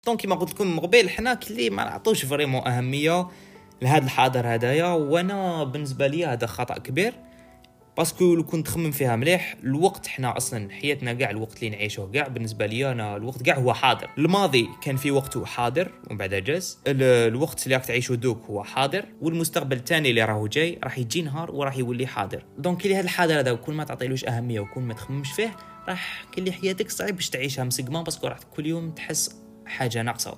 دونك كيما قلت لكم من قبل حنا كلي ما نعطوش فريمون اهميه لهذا الحاضر هدايا، وانا بالنسبه لي هذا خطا كبير باسكو لو كنت نخمم فيها مليح الوقت حنا اصلا حياتنا كاع الوقت اللي نعيشوه كاع بالنسبه لي انا الوقت كاع هو حاضر. الماضي كان في وقته حاضر ومن بعد جاز، الوقت اللي راك تعيشو دوك هو حاضر، والمستقبل الثاني اللي راهو جاي راح يجي نهار وراح يولي حاضر. دونك اللي هذا الحاضر هذا كل ما تعطيلوش اهميه وكل ما تخممش فيه راح كل حياتك صعيب باش تعيشها مسقمه، باسكو راح كل يوم تحس حاجه ناقصه.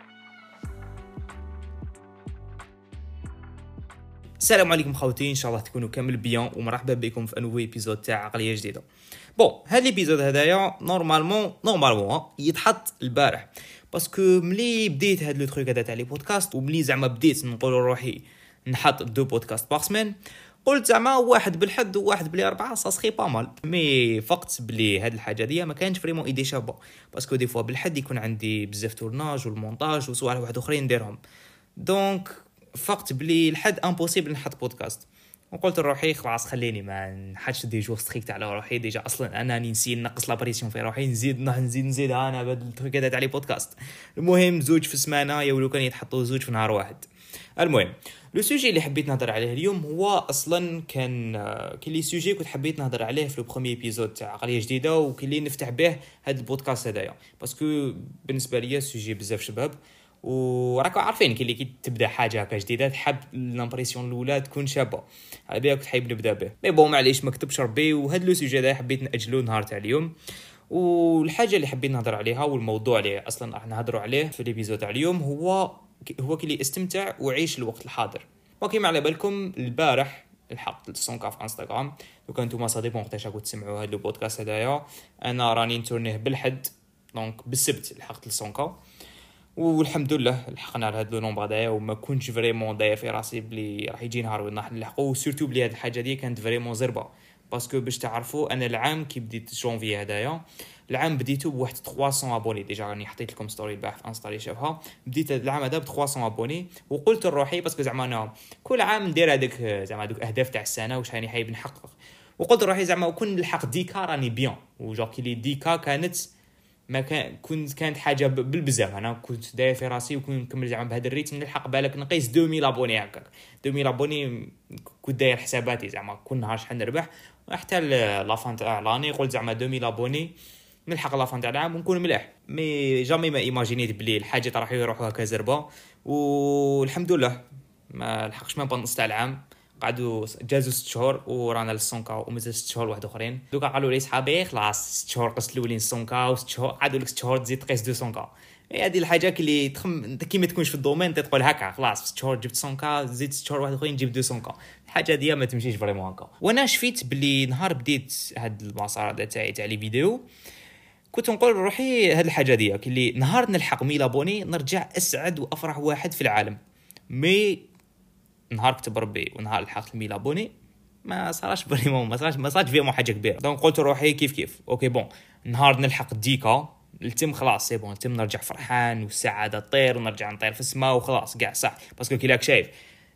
السلام عليكم خوتي، ان شاء الله تكونوا كامل بيان ومرحبا بكم في انوفي ايبيزود تاع عقليه جديده. بون هذا الابيزود هدايا نورمالمون يتحط البارح، باسكو ملي بديت هذا لو تروك هذا تاع لي بودكاست وملي زعما بديت نقول روحي نحط 2 بودكاست باغ سيمين، قلت زعما واحد بالحد وواحد بلي 4 سا سخي با مال. مي فقت بلي هاد الحاجه دي ما كانش فريمون ايدي شابه، باسكو دي فوا بالحد يكون عندي بزاف تورناج والمونتاج وصوالح واحد اخرين نديرهم. دونك فقت بلي الحد امبوسيبل نحط بودكاست، وقلت لروحي خلاص خليني ما نحطش دي جور ستريكت على روحي. ديجا اصلا انا نسي نقص لابريسيون في روحي، نزيد انا بهاد التروك هذا تاع لي بودكاست. المهم زوج في السمانه يا ولو كان يتحطوا زوج في نهار واحد. المهم لو سوجي اللي حبيت نهضر عليه اليوم هو اصلا كان لي سوجي كنت حبيت نهضر عليه في لو بروميي ايبيزود تاع عقليه جديده، وكلي نفتح به هذا البودكاست هذايا، باسكو بالنسبه ليا سوجي بزاف شباب وراكم عارفين كي تبدا حاجه هكا جديده تحب الامبريسيون الاولى تكون شابه. على بالي كنت حايب نبدا به، مي بون معليش ما كتبش ربي، وهذا لو سوجي هذا حبيت ناجلو نهار تاع اليوم. والحاجه اللي حبيت نهضر عليها والموضوع اللي اصلا راح نهضروا عليه في الابيزود تاع اليوم هو كي استمتع وعيش الوقت الحاضر. وكيما على بالكم البارح الحق 100 في انستغرام، لو كان نتوما صديقون وقتاش راكم تسمعوا هذا البودكاست هذايا انا راني نتورنيه بالحد، دونك بالسبت الحق 100 والحمد لله لحقنا على هذا لو نومبر هذايا، وما كنتش فريمون ضايع في راسي بلي راح يجي نهار وين راح نلحقوا، سورتو بلي هذه الحاجه دي كانت فريمون زربه. باسكو باش تعرفوا انا العام كي بديت جونفي هذايا العام بديتو بواحد 300 ابوني، ديجا راني حطيت لكم ستوري البارح في انستا اللي شافها. بديت العام هذا ب 300 ابوني، وقلت لروحي باسكو زعما انا كل عام ندير هذاك زعما دوك اهداف تاع السنه واش راني حايب نحقق، وقلت لروحي زعما كون نلحق ديكا راني بيان. وجو كي لي ديكا كانت ما كانت حاجه بالبزاف، انا كنت داير في راسي وكنت نكمل زعما بهذا الريتم نلحق بالك نقيس 2000 ابوني هكاك. 2000 ابوني كنت داير حساباتي زعما كل نهار شحال نربح، حتى لافان تاع لاني قلت زعما 2000 ابوني نلحق لافان تاع العام ونكون مليح. مي جامي ما ايماجينيت بلي الحاجه راح يروحوا هكا زربه، والحمد لله ما لحقش ما بنص تاع العام، قعدوا جازوا 6 شهور ورانا للسونكا ومازال 6 شهور واحد اخرين. دوكا قالوا لي صحابي خلاص 6 شهور قصت الاولين سونكا و6 شهور قعدوا لك 6 شهور تزيد تقيس 200 كا. هذه الحاجه اللي انت كي ما تكونش في الدومين تقول هكا خلاص 6 شهور جبت 100 كا زيد 6 شهور واحد اخرين نجيب 200 كا. الحاجه دي ما تمشيش فريمون هكا. وانا شفيت بلي نهار بديت هاد المسار هذا تاع لي فيديو كنت نقول روحي هاد الحاجه دي اللي نهار نلحق 1000 ابوني نرجع اسعد وافرح واحد في العالم. مي نهار كتب ربي ونهار لحقت 1000 ابوني ما صارش فريمون ما صارش فيهم حاجه كبيره. دونك قلت روحي كيف اوكي بون نهار نلحق ديكا التم خلاص سي بون التم نرجع فرحان والسعاده طير ونرجع نطير في السماء وخلاص كاع صح. باسكو كي راك شايف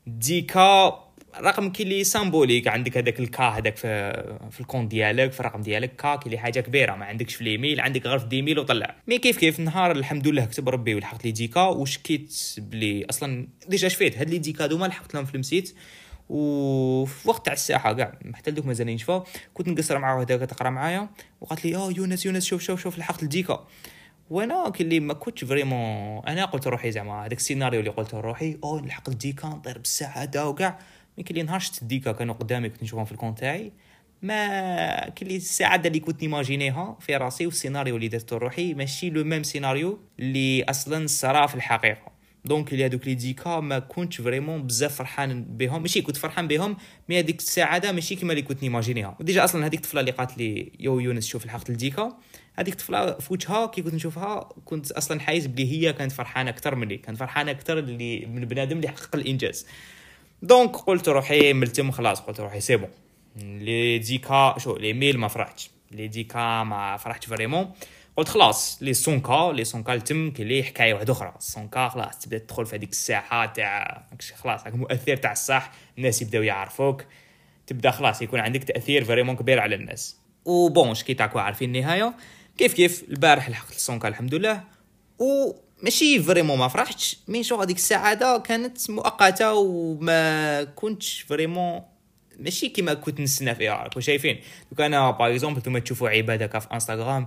ديكا رقم كي لي سامبوليك عندك هذاك الكا هذاك في الكونت ديالك في الرقم ديالك كا كي لي حاجه كبيره ما عندكش في الايميل عندك غير في ديميل وطلع. مي كيف نهار الحمد لله كتب ربي ولحقت لي ديكا وشكيت بلي اصلا ديجا شفيت هاد لي ديكا دوما لحقت لهم في المسيت وفي وقت تاع الساحه كاع حتى دوك مازال نشفاو. كنت نقصر معاه هذاك تقرا معايا وقالت لي يونس شوف لحقت الديكا. وانا كلي ما كنتش فريمون انا قلت روحي زعما هذاك السيناريو اللي قلته روحي نلحق الديكا نطير بالسعاده وكاع. مي كلي نهار شفت الديكا كانوا قدامي كنت نشوفهم في الكونت تاعي ما كلي السعاده اللي كنت نيماجينيها في راسي والسيناريو اللي درته روحي ماشي لو ميم سيناريو اللي اصلا صرا في الحقيقه. دونك اللي هذوك لي ديكا ما كنتش فريمون بزاف فرحان بهم، ماشي كنت فرحان بهم مي هذيك السعاده ماشي كما اللي كنت نيماجينيها. وديجا اصلا هذيك الطفله اللي قالت لي يونس شوف لحقت الديكا هذيك الطفله في وجهها كي كنت نشوفها كنت اصلا حايز بلي هي كانت فرحانه اكثر مني، كانت فرحانه اكثر اللي من بنادم اللي حقق الانجاز. دونك قلت روحي ملتم خلاص، قلت روحي سي بون لي ديكا لي ميل ما فرحتش، لي ديكا ما فرحتش فريمون. قلت خلاص لي سونكا التم كي لي حكايه واحده اخرى. سونكا خلاص تبدا تدخل في هذيك الساحه تاع خلاص راك مؤثر تاع الصح، الناس يبداو يعرفوك، تبدا خلاص يكون عندك تاثير فريمون كبير على الناس. وبون شكي تاعكم عارفين النهايه كيف البارح لحقت السونكا الحمد لله. ماشي فريمون ما فرحتش، مي شو هذيك السعاده كانت مؤقته وما كنتش فريمون ماشي كيما كنت نستنى فيها. راكم شايفين دوك انا باغ اكزومبل نتوما تشوفوا عباد هكا في انستغرام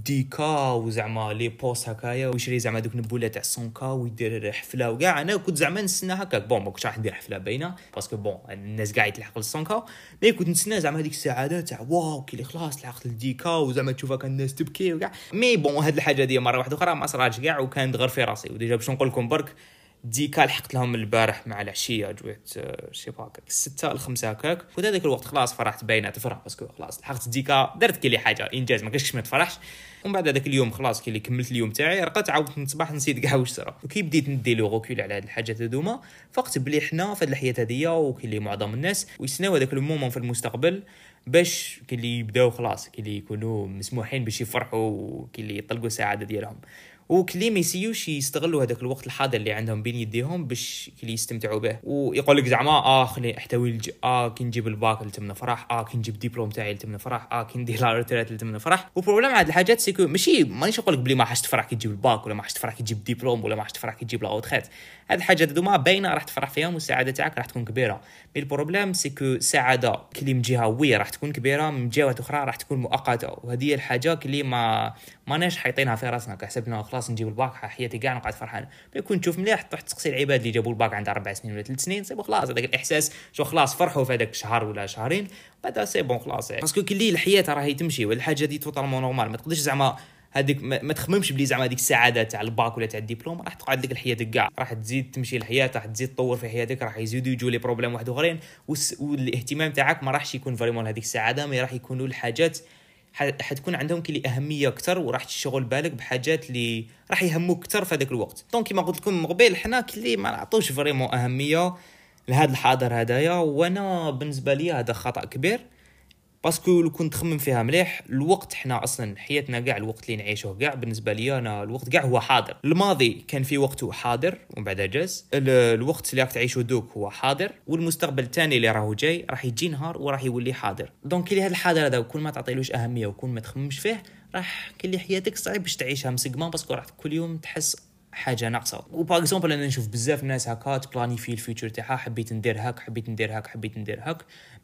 ديكا وزعما لي بوست هكايا ويشري زعما دوك نبوله تاع 100 ويدير حفله وكاع. انا كنت زعما نستنى هكاك، بون ما كنتش راح ندير حفله باينه باسكو بون الناس كاع يتلحق ل 100 مي كنت نستنى زعما هذيك السعاده تاع واو كي خلاص لحقت لديكا وزعما تشوف هكا الناس تبكي وكاع. مي بون هاد الحاجه دي مره واحده اخرى ما صراتش كاع وكانت غير في راسي. وديجا باش نقول لكم برك ديكا لحقت لهم البارح مع العشيه جويت شي هكاك 6 ل 5 هكاك. وهذاك الوقت خلاص فرحت باينه تفرح باسكو خلاص لحقت ديكا درت كي لي حاجه انجاز ما كاينش ما تفرحش. ومن بعد هذاك اليوم خلاص كي اللي كملت اليوم تاعي رقدت عاودت من الصباح نسيت كاع واش صرا. وكي بديت ندي لو غوكول على هاد الحاجات هذوما فقت بلي حنا في هاد الحياه هذيا وكي اللي معظم الناس ويسناو هذاك المومون في المستقبل باش كي اللي يبداو خلاص كي اللي يكونوا مسموحين باش يفرحوا وكي اللي يطلقوا السعاده ديالهم وكلي ما يسيوش يستغلوا هذاك الوقت الحاضر اللي عندهم بين يديهم باش كلي يستمتعوا به. ويقول لك زعما خلي احتوي كي نجيب الباك اللي تم نفرح، كي نجيب الدبلوم تاعي اللي تم نفرح، كي ندير لا ريتريت اللي تم نفرح. وبروبليم هاد الحاجات سيكو ماشي مانيش نقول لك بلي ما حاش تفرح كي تجيب الباك ولا ما حاش تفرح كي تجيب الدبلوم ولا ما حاش تفرح كي تجيب لا ريتريت. هاد الحاجات هذوما باينه راح تفرح فيهم والسعاده تاعك راح تكون كبيره. مي البروبليم سيكو السعاده كلي من جهه وي راح تكون كبيره من جهه اخرى راح تكون مؤقته. وهذه هي الحاجه اللي ماناش حايطينها في راسنا كحسبنا خلاص نجيب الباك حياتي كاع نقعد فرحان. يكون تشوف مليح تروح تسقسي العباد اللي جابوا الباك عند 4 سنين ولا 3 سنين سي خلاص هذاك الاحساس شو خلاص فرحوا في هذاك شهر ولا شهرين بعد سي بون خلاص. باسكو كلي الحياه راهي تمشي والحاجه دي توتالمون نورمال. ما تقدرش زعما هذيك ما تخممش بلي زعما هذيك السعاده تاع الباك ولا تاع الدبلوم راح تقعد لك الحياه كاع. راح تزيد تمشي الحياه راح تزيد تطور في حياتك راح يزيدوا يجوا لي بروبليم واحد اخرين والاهتمام تاعك ما راحش يكون فريمون هذيك السعاده ما راح يكونوا الحاجات حتكون عندهم كلي اهميه اكثر وراح تشغل بالك بحاجات اللي راح يهموك اكثر في هذاك الوقت. دونك كيما قلت لكم من قبل حنا كلي ما نعطوش فريمون اهميه لهذا الحاضر هدايا. وانا بالنسبه لي هذا خطا كبير باسكو لو كنت تخمم فيها مليح الوقت حنا اصلا حياتنا كاع الوقت اللي نعيشه كاع بالنسبه لي انا الوقت كاع هو حاضر. الماضي كان في وقته حاضر ومن بعد جاز. الوقت اللي راك تعيشه دوك هو حاضر والمستقبل الثاني اللي راهو جاي راح يجي نهار وراح يولي حاضر. دونك اللي هذا الحاضر هذا كل ما تعطيلوش اهميه وكل ما تخممش فيه راح كل حياتك صعيب باش تعيشها مسقمه باسكو راح كل يوم تحس حاجه ناقصه. وباغ اكزومبل انا نشوف بزاف ناس هكا تبلانيفي الفيوتشر تاعها حبيت ندير هاك حبيت ندير هاك حبيت ندير هاك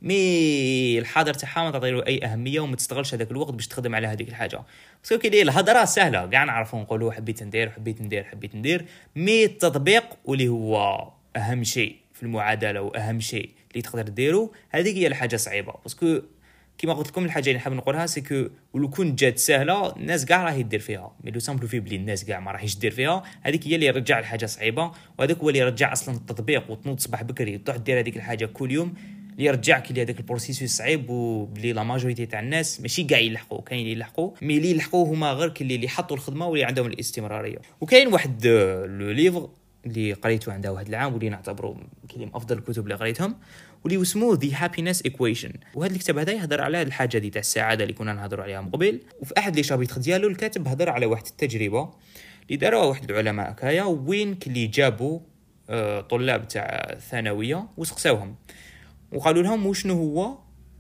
مي الحاضر تاعها ما تعطيله اي اهميه وما تستغلش هذاك الوقت باش تخدم على هذيك الحاجه. باسكو كي الهضره سهله كاع نعرفوا نقولوا حبيت ندير حبيت ندير حبيت ندير مي التطبيق واللي هو اهم شيء في المعادله واهم شيء اللي تقدر ديرو هذيك هي الحاجه صعيبه. باسكو كيما قلت لكم الحاجه اللي نحب نقولها سكو ولو كنت جات سهله الناس كاع راهي دير فيها مي لو سامبلو في بلي الناس كاع ما راهيش دير فيها هذيك هي اللي يرجع الحاجه صعيبه. وهذاك هو اللي يرجع اصلا التطبيق وتنوض صباح بكري وتروح دير هذيك الحاجه كل يوم اللي يرجعك لهذاك البروسيسوس صعيب. وبلي لا ماجوريتي تاع الناس ماشي كاع يلحقوا كاين اللي يلحقوا مي اللي يلحقوا هما غير اللي حطوا الخدمه واللي عندهم الاستمراريه. وكاين واحد لو ليفر اللي قريته عنده هذا العام واللي نعتبره كلمه افضل الكتب اللي قريتهم واللي اسمه The Happiness Equation. وهذا الكتاب هذا يهضر على الحاجه دي تاع السعاده اللي كنا نهضروا عليها من قبل. وفي احد لي شابيتر ديالو الكاتب هضر على واحد التجربه اللي داروها واحد العلماء هكايا وين كلي جابوا طلاب تاع الثانويه وسقساوهم وقالوا لهم وشنو هو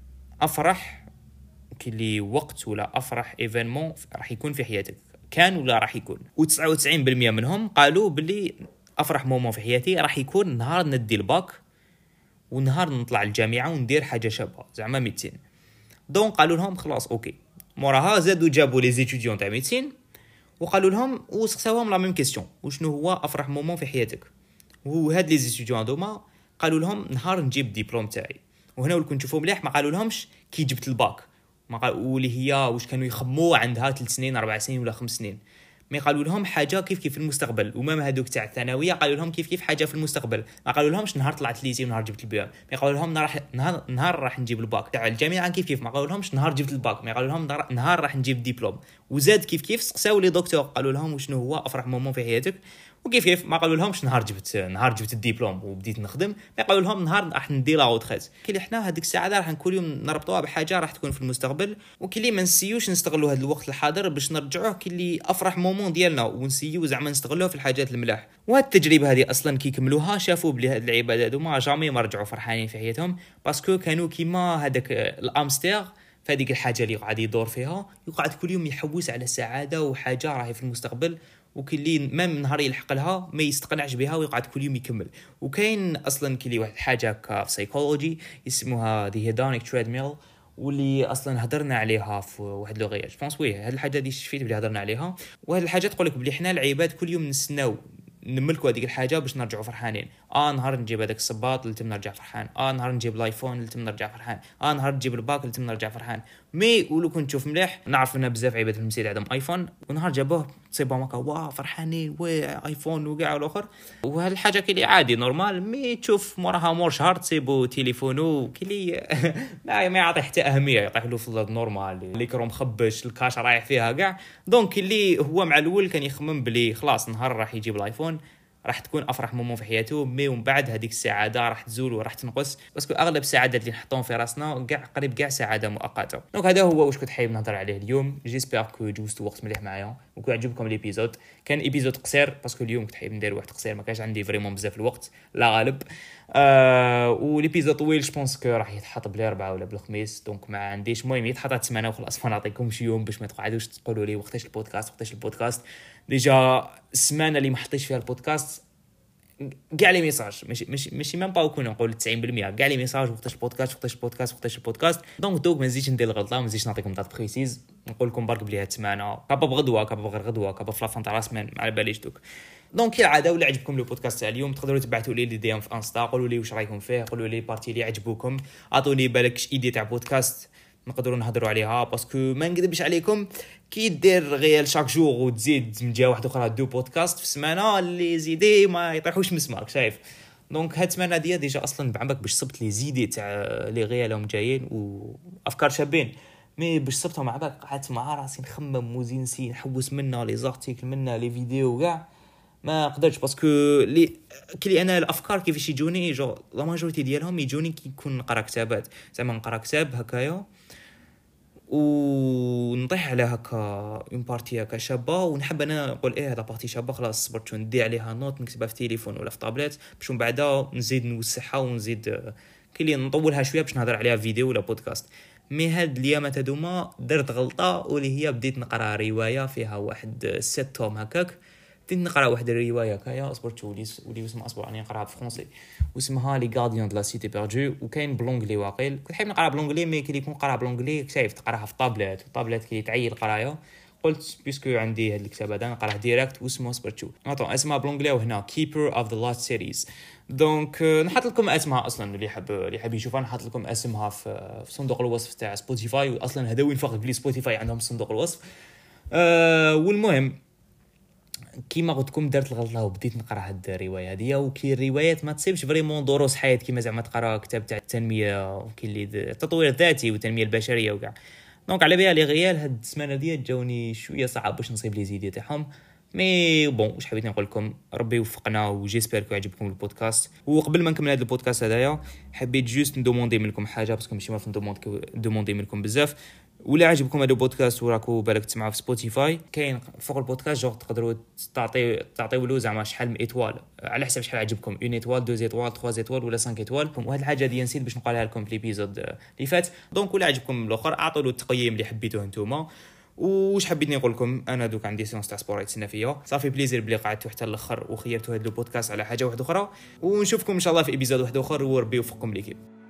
افرح كلي وقت ولا افرح ايفينمون راح يكون في حياتك كان ولا راح يكون. و99% منهم قالوا باللي افرح مومون في حياتي راح يكون نهار ندي الباك ونهار نطلع الجامعه وندير حاجه شابه زعما ميديسين. دونك قالوا لهم خلاص اوكي موراها زادوا جابوا لي زيتوديون تاع ميديسين وقالوا لهم وسقساوهم لا ميم كيسيون وشنو هو افرح مومون في حياتك. وهاد لي زيتوديون هذوما قالوا لهم نهار نجيب ديبلوم تاعي. وهنا ولكم تشوفوا مليح ما قالوا لهمش كي جبت الباك ما قالوا اللي هي واش كانوا يخموا عندها 3 سنين 4 سنين ولا 5 سنين مي قالوا لهم حاجه كيف في المستقبل. وما هذوك تاع الثانويه قالوا لهم كيف حاجه في المستقبل. ما قالوا لهمش نهار طلعت ليزي ونهار جبت البي مي قالوا لهم نهار راح نجيب الباك تاع الجامعه كيف ما قالوا لهمش نهار جبت الباك مي قالوا لهم نهار راح نجيب دبلوم. وزاد كيف سقساو لي دكتور قالوا لهم وشنو هو افرح مومون في حياتك وكيف ما قالوا لهمش نهار جبت الدبلوم وبديت نخدم ما قالوا لهم نهار راح ندير لا روتريت. كي حنا هذيك الساعه راح كل يوم نربطوها بحاجه راح تكون في المستقبل وكي ما نسيوش نستغلوا هذا الوقت الحاضر باش نرجعوه كي افرح مومون ديالنا ونسيو زعما نستغلوه في الحاجات الملاح. وهاد التجربه هذه اصلا كي كملوها شافوا بلي هاد العباد هادو ما جامي ما رجعوا فرحانين في حياتهم باسكو كانوا كيما هذاك الامستر فهذيك الحاجه اللي قاعد يدور فيها يقعد كل يوم يحوس على سعاده وحاجه راهي في المستقبل وكاين اللي ما من نهار يلحق لها ما يستقنعش بها ويقعد كل يوم يكمل. وكاين اصلا كاين واحد الحاجه هكا في سايكولوجي يسموها دي هيدونيك تريدميل، واللي اصلا هضرنا عليها في واحد لوغياج بونس. وي هاد الحاجه هذه شفيت بلي هضرنا عليها، وهاد الحاجه تقول لك بلي حنا العباد كل يوم نستناو نملكوا هذيك الحاجه باش نرجعوا فرحانين. نهار نجيب هذاك الصباط لتم نرجع فرحان، نهار نجيب الايفون لتم نرجع فرحان، نهار نجيب الباك لتم نرجع فرحان. مي ولو كنت تشوف مليح نعرف ان بزاف عباد في المسيد عندهم ايفون، ونهار جابوه تصيبوا ماكا واه فرحانين ايفون وكاع الاخر. وهاد الحاجه كلي عادي نورمال، مي تشوف موراها مور شهر تصيبوا تليفونو كلي ما يعطي حتى اهميه، يطيح له في نورمال اللي كرو مخبش الكاش رايح فيها كاع. دونك اللي هو مع الاول كان يخمم بلي خلاص نهار راح يجيب الايفون راح تكون افرح مومون في حياته، مي ومن بعد هذيك السعاده راح تزول وراح تنقص، باسكو اغلب السعادات اللي نحطوهم في راسنا كاع قريب كاع سعاده مؤقته. دونك هذا هو واش كنت حابب نهضر عليه اليوم. جيسبر كو جوزتوا وقت مليح معايا وكون عجبكم ليبيزود. كان ايبيزود قصير باسكو اليوم كنت حابب ندير واحد قصير، ما كانش عندي فريمون بزاف الوقت لا غالب. وليبيزود طويل جوبونس كو راح يتحط بالاربعاء ولا بالخميس، دونك ما عنديش. المهم يتحط هاد السمانه وخلاص، ما نعطيكمش يوم باش ما تقعدوش تقولوا لي وقتاش البودكاست. ديجا السمانه اللي ما حطيتش فيها البودكاست كاع لي ميساج ماشي ميم با يكون نقول 90% كاع لي ميساج وقتاش البودكاست. دونك ما نزيدش ندير الغلطه، ما نزيدش نعطيكم دات بريسيز، نقول لكم برك بلي هاد السمانه كابا بغدوه كابا غير غدوه كابا في لافان تاع لا سمان ما على باليش دوك. دونك كالعاده ولا عجبكم لو بودكاست تاع اليوم تقدروا تبعثوا لي دي ام في انستا، قولوا لي واش رايكم فيه، قولوا لي بارتي اللي عجبوكم، عطوني بالك ايدي تاع بودكاست نقدروا نهضروا عليها. باسكو ما نكذبش عليكم كي دير غير شاك جور وتزيد من جهه واحده اخرى دو بودكاست في السمانه اللي زيدي ما يطيحوش مسمارك شايف. دونك هاد السمانه ديجا اصلا بعمرك باش صبت لي زيدي تاع لي غيالهم جايين وافكار شابين، مي باش صبتهم مع بعض قعدت مع راسي نخمم وزينسي نحوس منها لي زارتيكل منها لي فيديو كاع ما قدرتش. باسكو لي كلي انا الافكار كيفاش يجوني جو لا ماجوريتي ديالهم يجوني كي نكون نقرا كتابات، زعما نقرا كتاب هكايا ونطيح على هكا اون بارتي هكا شابه ونحب انا نقول هذا بارتي شابه خلاص صبرت شو ندي عليها نوت نكتبها في تليفون ولا في طابلت باش من بعدا نزيد نوسعها ونزيد كلي نطولها شويه باش نهضر عليها فيديو ولا بودكاست. مي هاد الايامات هذوما درت غلطه واللي هي بديت نقرا روايه فيها واحد 6 توم هكاك. بديت نقرا واحد الروايه هكايا صبرت ولي اسمها اصبر راني نقراها بالفرنسي واسمها لي غارديان دو لا سيتي بيردو، وكاين بلونغلي واقيل. كنت حاب نقرا بلونغلي مي كي يكون قرا بلونغلي شايف تقراها في طابلت كي تعيل القرايه، قلت بيسكو عندي هاد الكتاب هذا نقراه ديريكت واسمه صبرتو اسمها بلونغلي وهنا كيبر اوف ذا لاست سيريز. دونك نحط لكم اسمها اصلا اللي حاب يشوفها نحط لكم اسمها في صندوق الوصف تاع سبوتيفاي، واصلا هذا وين فاق بلي سبوتيفاي عندهم صندوق الوصف. والمهم كيما قلت لكم درت الغلطه وبديت نقرا هاد الروايه هذه. وكي الروايات ما تصيبش فريمون دروس حياه كيما زعما تقرا كتاب تاع التنميه وكاين اللي التطوير الذاتي والتنميه البشريه وكاع. دونك على بالي غيال هاد السمانه ديال جاوني شويه صعب باش نصيب لي زيدي تاعهم. مي بون واش حبيت نقول لكم ربي يوفقنا وجيسبر كو يعجبكم البودكاست. وقبل ما نكمل هذا البودكاست هذايا حبيت جوست ندوموندي منكم حاجه باسكو ماشي ما ندوموندي منكم بزاف. ولا عجبكم هذا البودكاست وراكو بالك تسمعوا في سبوتيفاي كاين فوق البودكاست جو تقدروا تعطيو له زعما شحال من ايطوال على حسب شحال عجبكم 1 ايطوال 2 ايطوال 3 ايطوال ولا 5 ايطوال. وهاد الحاجه دي نسيت باش نقولها لكم في الابيزود اللي فات. دونك ولا عجبكم الاخر اعطوا له التقييم اللي حبيتوه نتوما. واش حبيتني نقول لكم انا دوك عندي سيونس تاع سبور يتسنى فيا صافي بليزير بلي قعدتوا حتى الاخر وخيرتوا هذا البودكاست على حاجه واحده اخرى. ونشوفكم ان شاء الله في ابيزود واحد اخر وربي يوفقكم ليكيب.